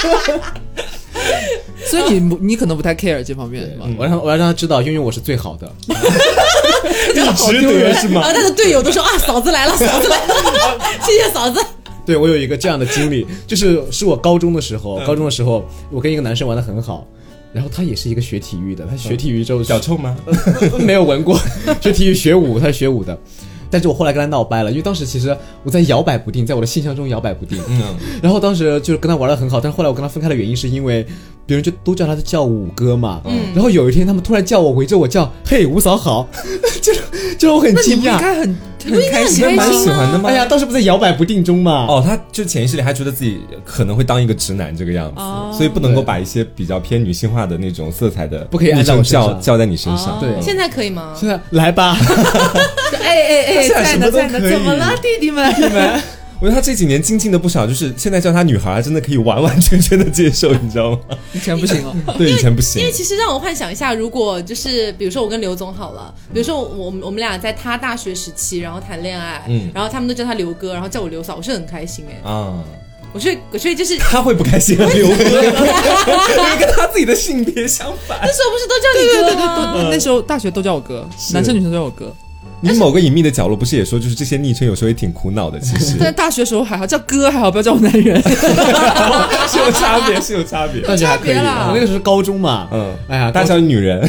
所以你可能不太 care 这方面是吗？ 我要让他知道，拥有我是最好的。 你值得是吗？ 然后他的队友都说啊，嫂子来了，嫂子来了，谢谢嫂子。 对，我有一个这样的经历，是我高中的时候，我跟一个男生玩得很好，然后他也是一个学体育的，他学体育之后脚臭吗？ 没有闻过，学体育学舞，他是学舞的。但是我后来跟他闹掰了，因为当时其实我在摇摆不定，在我的信箱中摇摆不定。然后当时就是跟他玩得很好，但是后来我跟他分开的原因是因为别人就都叫他叫五哥嘛。然后有一天他们突然叫我，围着我叫，嘿，吴嫂好，就我很惊讶。 应该很开心， 蛮喜欢的吗？ 哎呀，当时不在摇摆不定中嘛。 哦，他就潜意识里还觉得自己可能会当一个直男这个样子，所以不能够把一些比较偏女性化的那种色彩的不可以按照我身上叫在你身上。 对， 现在可以吗？ 现在来吧。 哎，在呢，怎么了，弟弟们？ 我觉得他这几年精进的不少，就是现在叫他女孩，真的可以完完全全的接受，你知道吗？ 以前不行哦， 对，以前不行。 因为其实让我幻想一下，如果就是比如说我跟刘总好了，比如说我们俩在他大学时期，然后谈恋爱，然后他们都叫他刘哥，然后叫我刘嫂，我是很开心哎。啊。我所以就是他会不开心啊，刘哥，因为跟他自己的性别相反。 那时候不是都叫你哥吗？ 对，那时候大学都叫我哥，男生女生都叫我哥。 你某个隐秘的角落不是也说，就是这些昵称有时候也挺苦恼的，其实。 但大学时候还好，叫哥还好，不要叫我男人。 是有差别，是有差别， 但是还可以。我那个时候高中嘛，哎呀， 大叫女人。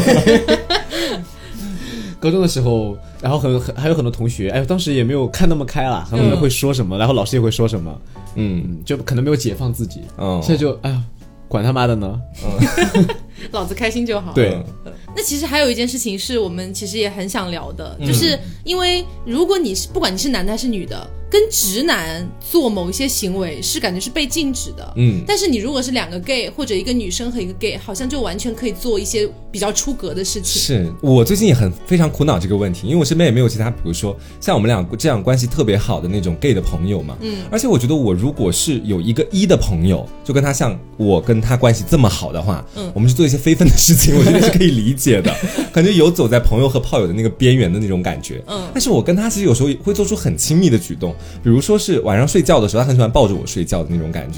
高中的时候，然后还有很多同学，哎，当时也没有看那么开啦，他们会说什么，然后老师也会说什么，就可能没有解放自己。现在就哎呀，管他妈的呢， 老子开心就好。 对。 那其实还有一件事情是我们其实也很想聊的，就是因为如果不管你是男的还是女的，跟直男做某一些行为是感觉是被禁止的，但是你如果是2个 gay 或者一个女生和一个 gay， 好像就完全可以做一些比较出格的事情。 是我最近也非常苦恼这个问题，因为我身边也没有其他，比如说像我们俩这样关系特别好的那种 gay 的朋友嘛，而且我觉得我如果是有一个1的朋友，就跟他像我跟他关系这么好的话，我们去做一些非分的事情，我觉得是可以理解的，感觉游走在朋友和炮友的那个边缘的那种感觉。但是我跟他其实有时候会做出很亲密的举动，比如说是晚上睡觉的时候，他很喜欢抱着我睡觉的那种感觉。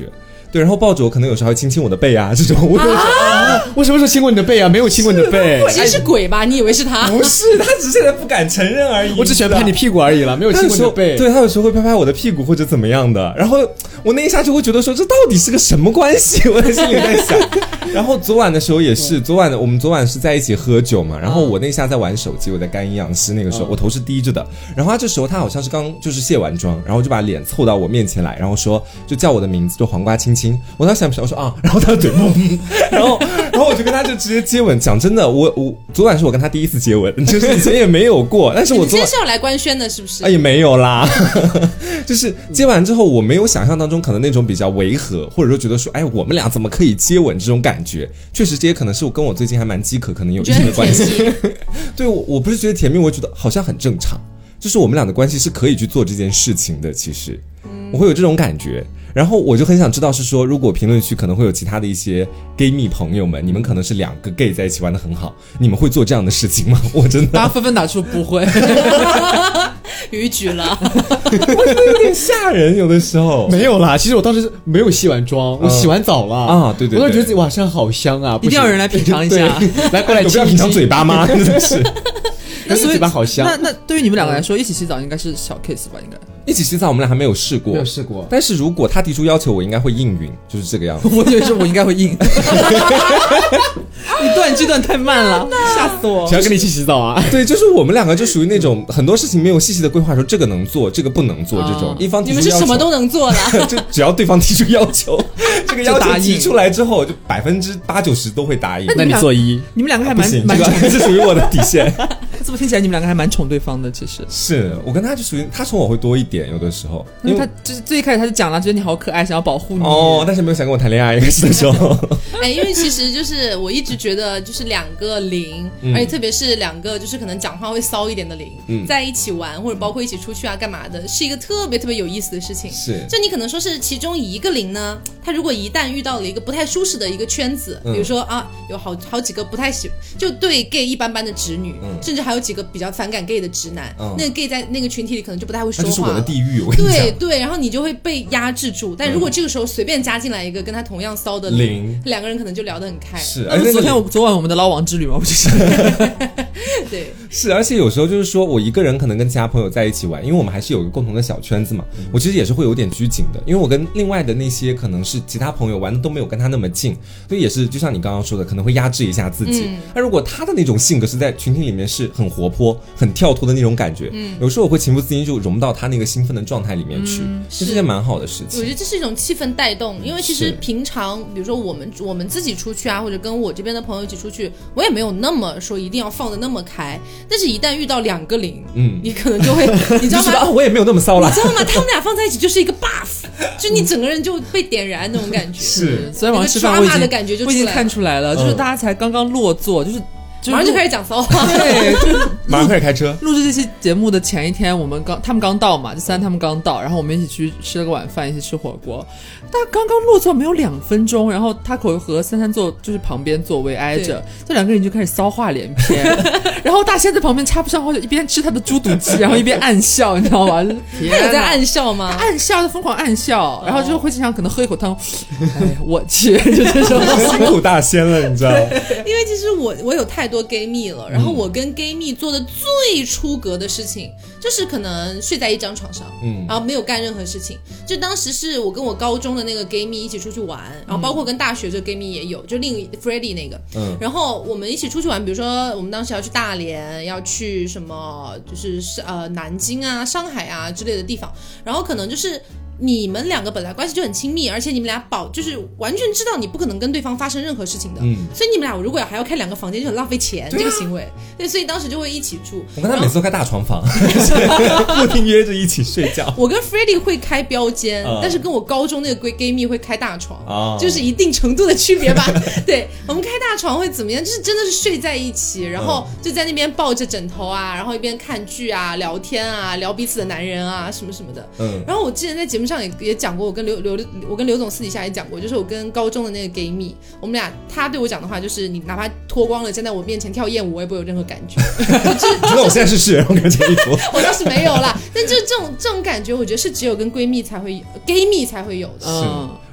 对，然后抱着我可能有时候还亲亲我的背啊这种。我我什么时候亲过你的背啊？没有亲过你的背。 其实是鬼吧？你以为是他？ 不是，他只是现在不敢承认而已。 我只喜欢拍你屁股而已了，没有亲过你的背。 对，他有时候会拍拍我的屁股或者怎么样的，然后我那一下就会觉得说这到底是个什么关系？我在心里在想。然后昨晚的时候也是，我们昨晚是在一起喝酒嘛，然后我那下在玩手机，我在干营养师那个时候，我头是低着的，然后他这时候他好像是刚就是卸完妆，然后就把脸凑到我面前来，然后说就叫我的名字，就黄瓜亲亲。我当时想我说啊，然后他的嘴然后我就跟他就直接接吻。讲真的，我昨晚是我跟他第一次接吻，就是以前也没有过，但是我你今天是要来官宣的是不是？ 也没有啦，就是接完之后我没有想象当中可能那种比较违和，或者说觉得说哎我们俩怎么可以接吻这种感觉，确实这也可能是我跟我最近还蛮饥渴可能有一定的关系。对，我不是觉得甜蜜，我觉得好像很正常，就是我们俩的关系是可以去做这件事情的，其实我会有这种感觉。然后我就很想知道是说，如果评论区可能会有其他的一些 gay 蜜朋友们，你们可能是2个 gay 在一起玩得很好，你们会做这样的事情吗？我真的大家纷纷打出不会。 逾矩了。 我觉得有点吓人，有的时候没有啦，其实我当时没有洗完妆，我洗完澡了啊，对， 我都觉得自己晚上好香啊， 一定要有人来品尝一下。 来过来有必要品尝嘴巴吗？真的是。 但是嘴巴好香。 那对于你们2个来说，一起洗澡应该是小 case 吧？应该一起洗澡我们俩还没有试过， 没有试过。 但是如果他提出要求，我应该会应允，就是这个样子。 我以为是我应该会应。你断句断太慢了，吓死我！ 谁要跟你一起洗澡啊？ 对，就是我们2个就属于那种很多事情没有细细的规划，说这个能做，这个不能做这种。一方提出要求， 你们是什么都能做的， 就只要对方提出要求，这个要求提出来之后，就80%-90%都会答应。 那你做一， 你们2个还蛮这是属于我的底线。 怎么听起来你们2个还蛮宠对方的？其实是我跟他就属于他宠我会多一点，有的时候， 因为他就是最一开始他就讲了，觉得你好可爱，想要保护你哦，但是没有想跟我谈恋爱，一开始的时候。 因为其实就是我一直觉得就是2个零，而且特别是2个就是可能讲话会骚一点的零，在一起玩或者包括一起出去啊干嘛的，是一个特别特别有意思的事情。 是， 就你可能说是其中一个零呢，他如果一旦遇到了一个不太舒适的一个圈子，比如说啊有好几个不太喜，就对 gay 一般般的直女，甚至还有几个比较反感 gay 的直男，那个 gay 在那个群体里可能就不太会说话， 那就是我的地狱。我跟你讲， 对，然后你就会被压制住。但如果这个时候随便加进来一个跟他同样骚的零，2个人可能就聊得很开。 是， 而且昨晚我们的捞王之旅嘛，不就是？ 对， 是，而且有时候就是说我一个人可能跟其他朋友在一起玩，因为我们还是有一个共同的小圈子嘛，我其实也是会有点拘谨的，因为我跟另外的那些可能是其他朋友玩的都没有跟他那么近，所以也是就像你刚刚说的，可能会压制一下自己。那如果他的那种性格是在群体里面是很活泼、很跳脱的那种感觉，有时候我会情不自禁就融到他那个兴奋的状态里面去，这是件蛮好的事情。 我觉得这是一种气氛带动，因为其实平常比如说我们自己出去啊，或者跟我这边的朋友一起出去，我也没有那么说一定要放得那么开，但是一旦遇到2个零，你可能就会你知道吗？ 我也没有那么骚啦， 你知道吗？他们俩放在一起就是一个 buff， 就你整个人就被点燃那种感觉。 是， 昨天晚上吃饭我已经看出来了，就是大家才刚刚落座，就是马上就开始讲骚话， 对，就是马上开始开车。 录制这期节目的前一天，他们刚到嘛，就3他们刚到，然后我们一起去吃了个晚饭，一起吃火锅。大家刚刚落座没有2分钟，然后他和珊坐就是旁边座位挨着，这2个人就开始骚话连篇，然后大仙在旁边插不上话，就一边吃他的猪肚鸡，然后一边暗笑，你知道吗？ 他有在暗笑吗？ 暗笑，疯狂暗笑，然后就会经常可能喝一口汤，哎，我去，就这种辛苦大仙了，你知道？ 因为其实我有太多 gay 蜜了，然后我跟 gay 蜜做的最出格的事情，就是可能睡在一张床上，然后没有干任何事情。就当时是我跟我高中的那个 gay 蜜一起出去玩，然后包括跟大学这个 gay 蜜也有，就另一 Freddy 那个，然后我们一起出去玩，比如说我们当时要去大连，要去什么就是南京啊、上海啊之类的地方，然后可能就是你们2个本来关系就很亲密，而且你们俩就是完全知道你不可能跟对方发生任何事情的，所以你们俩如果还要开2个房间就很浪费钱，这个行为，对，所以当时就会一起住。 我跟他每次都开大床房，固定约着一起睡觉。 我跟 Freddy 会开标间，但是跟我高中那个gay 蜜会开大床，就是一定程度的区别吧。对，我们开大床会怎么样？就是真的是睡在一起，然后就在那边抱着枕头啊，然后一边看剧啊、聊天啊、聊彼此的男人啊什么什么的。然后我之前在节目上也讲过，我跟刘总私底下也讲过，就是我跟高中的那个 gay 蜜，我们俩他对我讲的话就是，你哪怕脱光了站在我面前跳艳舞，我也不会有任何感觉。 觉得我现在是世人，我感觉衣服， 我倒是没有啦。但就是这种感觉，我觉得是只有跟闺蜜才会 gay 蜜才会有的。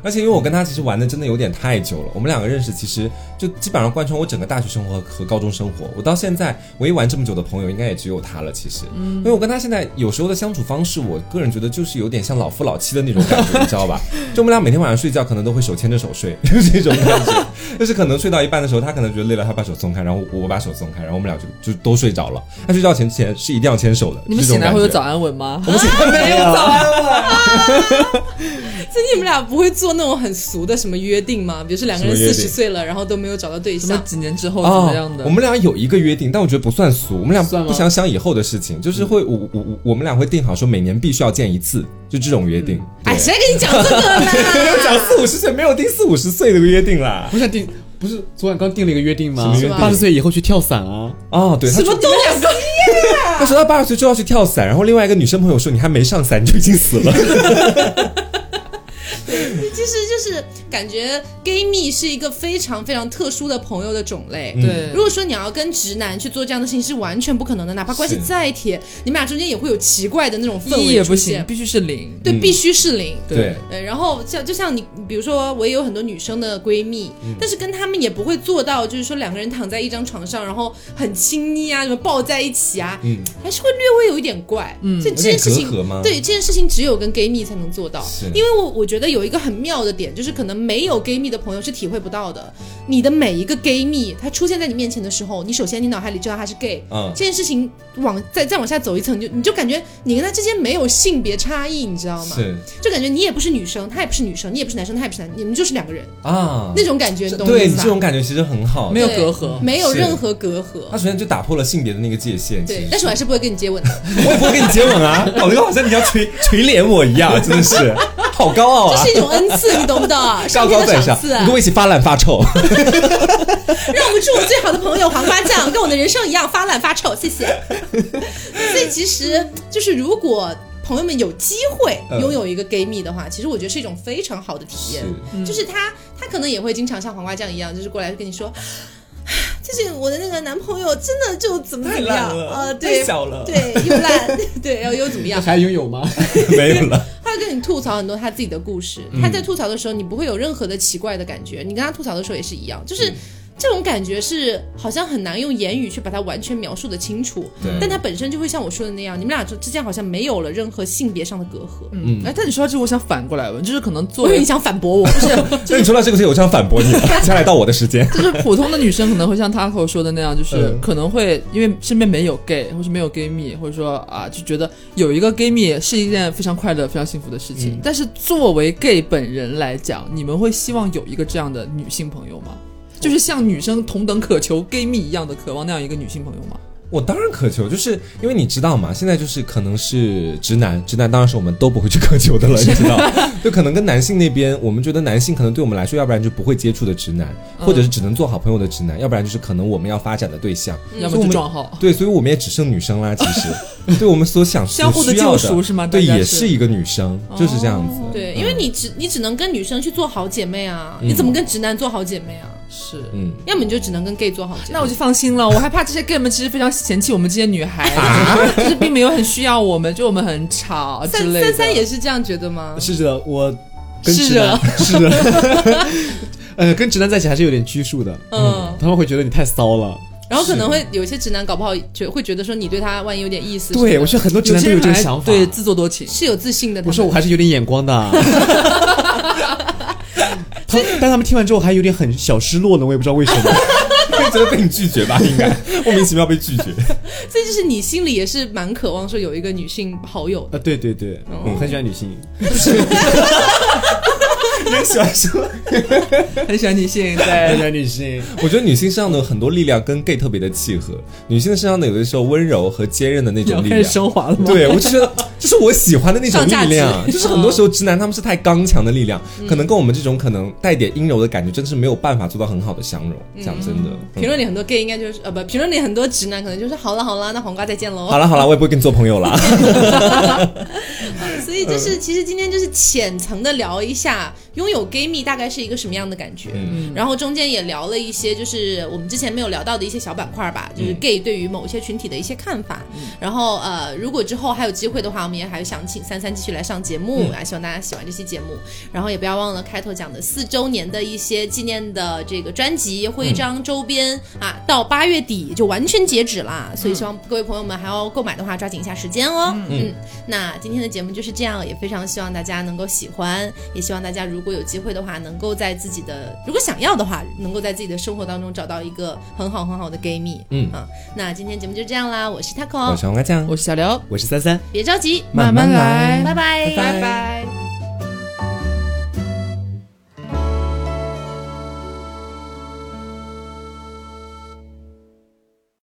而且因为我跟他其实玩的真的有点太久了，我们两个认识其实就基本上贯穿我整个大学生活和高中生活。我到现在唯一玩这么久的朋友应该也只有他了，其实，因为我跟他现在有时候的相处方式，我个人觉得就是有点像老夫老妻的那种感觉，你知道吧？就我们俩每天晚上睡觉可能都会手牵着手睡，就是这种感觉。就是可能睡到一半的时候，他可能觉得累了，他把手松开，然后我把手松开，然后我们俩就都睡着了。他睡觉前是一定要牵手的。 你们醒来会有早安吻吗？ 我们醒来没有早安吻。所以你们俩不会做那种很俗的什么约定吗？比如说两个人40岁了，然后都没有找到对象， 什么几年之后怎么样的？ 我们俩有一个约定，但我觉得不算俗。我们俩不想以后的事情，就是会我们俩会定好说每年必须要见一次，就这种约定。 哎，谁跟你讲这个啦？ 讲40-50岁，没有定40-50岁的约定啦。 不是定，不是昨晚刚定了一个约定吗 ？80 岁以后去跳伞啊！ 哦，对， 什么东西呀？ 他说他80岁就要去跳伞，然后另外一个女生朋友说你还没上伞你就已经死了。 其实就是感觉 gay 蜜是一个非常非常特殊的朋友的种类。 对， 如果说你要跟直男去做这样的事情是完全不可能的，哪怕关系再铁，你们俩中间也会有奇怪的那种氛围也不行，必须是零。 对，必须是零。 对， 然后就像你，比如说我也有很多女生的闺蜜，但是跟她们也不会做到，就是说两个人躺在一张床上，然后很亲昵啊，什么抱在一起啊，还是会略微有一点怪。所以这件事情，对这件事情只有跟 gay 蜜才能做到。因为我觉得有一个很妙的点，就是可能没有 gay 蜜的朋友是体会不到的。你的每一个 gay 蜜，它出现在你面前的时候，你首先你脑海里知道他是 gay，这件事情再往下走一层，你就感觉你跟他之间没有性别差异，你知道吗？ 是， 就感觉你也不是女生，他也不是女生，你也不是男生，他也不是男，你们就是两个人啊， 那种感觉，你懂吗？ 对，你这种感觉其实很好， 没有隔阂， 没有任何隔阂。 他首先就打破了性别的那个界限。 对，但是我还是不会跟你接吻的。 我也不会跟你接吻啊，搞得好像你要垂怜我一样，真的是好高傲啊！ 这是一种恩赐，你懂不懂？ 高高在上，你跟我一起发烂发臭。 让不住我最好的朋友黄瓜酱，跟我的人生一样发烂发臭，谢谢。所以其实就是如果朋友们有机会拥有一个 gay 蜜的话，其实我觉得是一种非常好的体验。就是他可能也会经常像黄瓜酱一样，就是过来跟你说，就是我的那个男朋友真的就怎么样对， 太小了， 对，又烂，对，又怎么样？ 还拥有吗？ 没有了。 他会跟你吐槽很多他自己的故事，他在吐槽的时候你不会有任何的奇怪的感觉，你跟他吐槽的时候也是一样，就是这种感觉是好像很难用言语去把它完全描述的清楚，但它本身就会像我说的那样，你们俩之间好像没有了任何性别上的隔阂。 但你说到这，我想反过来问，就是可能作为我以为你想反驳我，不是？ 那你说到这个事情，我想反驳你了，接下来到我的时间。 就是普通的女生可能会像 Taco 说的那样，就是可能会因为身边没有 gay， 或是没有 gay 蜜，或者说啊，就觉得有一个 gay 蜜是一件非常快乐、非常幸福的事情。但是作为 gay 本人来讲，你们会希望有一个这样的女性朋友吗？就是像女生同等渴求 gay 蜜一样的渴望那样一个女性朋友吗？ 我当然渴求，就是因为你知道嘛，现在就是可能是直男当然是我们都不会去渴求的了，你知道，就可能跟男性那边，我们觉得男性可能对我们来说，要不然就不会接触的直男，或者是只能做好朋友的直男，要不然就是可能我们要发展的对象， 要么就撞号。 对，所以我们也只剩女生啦。其实，对我们所想相互的救赎是吗？ 对，也是一个女生，就是这样子。 对，因为你只能跟女生去做好姐妹啊，你怎么跟直男做好姐妹啊？ 是， 要么你就只能跟 gay 做好姐妹。 那我就放心了，我害怕这些 gay 们其实非常嫌弃我们这些女孩，就是并没有很需要我们，就我们很吵之类的。 三也是这样觉得吗？ 是的，我跟直男是的，跟直男在一起还是有点拘束的，他们会觉得你太骚了。 然后可能会有一些直男搞不好会觉得说你对他万一有点意思。 对，我觉得很多直男都有这个想法， 对，自作多情， 是有自信的。 我说我还是有点眼光的。但他们听完之后还有点很小失落呢，我也不知道为什么。 觉得被你拒绝吧，应该莫名其妙被拒绝。 所以就是你心里也是蛮渴望说有一个女性好友的。 对对对，很喜欢女性。 很喜欢说， 很喜欢女性，对， 很喜欢女性。 我觉得女性身上的很多力量跟 gay 特别的契合，女性身上的有的时候温柔和坚韧的那种力量， 开始升华了吗？ 对，我就觉得这是我喜欢的那种力量，就是很多时候直男他们是太刚强的力量，可能跟我们这种可能带点阴柔的感觉，真的是没有办法做到很好的相融。讲真的， 评论里很多 gay 应该就是评论里很多直男可能就是好了，那黄瓜再见喽。 好了，我也不会跟你做朋友了。 所以就是其实今天就是浅层的聊一下拥有 gay 蜜大概是一个什么样的感觉，然后中间也聊了一些就是我们之前没有聊到的一些小板块吧，就是 gay 对于某些群体的一些看法，然后如果之后还有机会的话，我们也还想请33继续来上节目，希望大家喜欢这期节目，然后也不要忘了开头讲的4周年的一些纪念的这个专辑徽章周边到8月底就完全截止啦，所以希望各位朋友们还要购买的话抓紧一下时间哦。那今天的节目就是这样，也非常希望大家能够喜欢，也希望大家如果有机会的话能够在自己的如果想要的话能够在自己的生活当中找到一个很好很好的 gay 蜜。那今天节目就这样啦，我是 Taco， 我是黄瓜酱， 我是小刘， 我是33， 别着急， 慢慢来， 拜拜拜拜拜。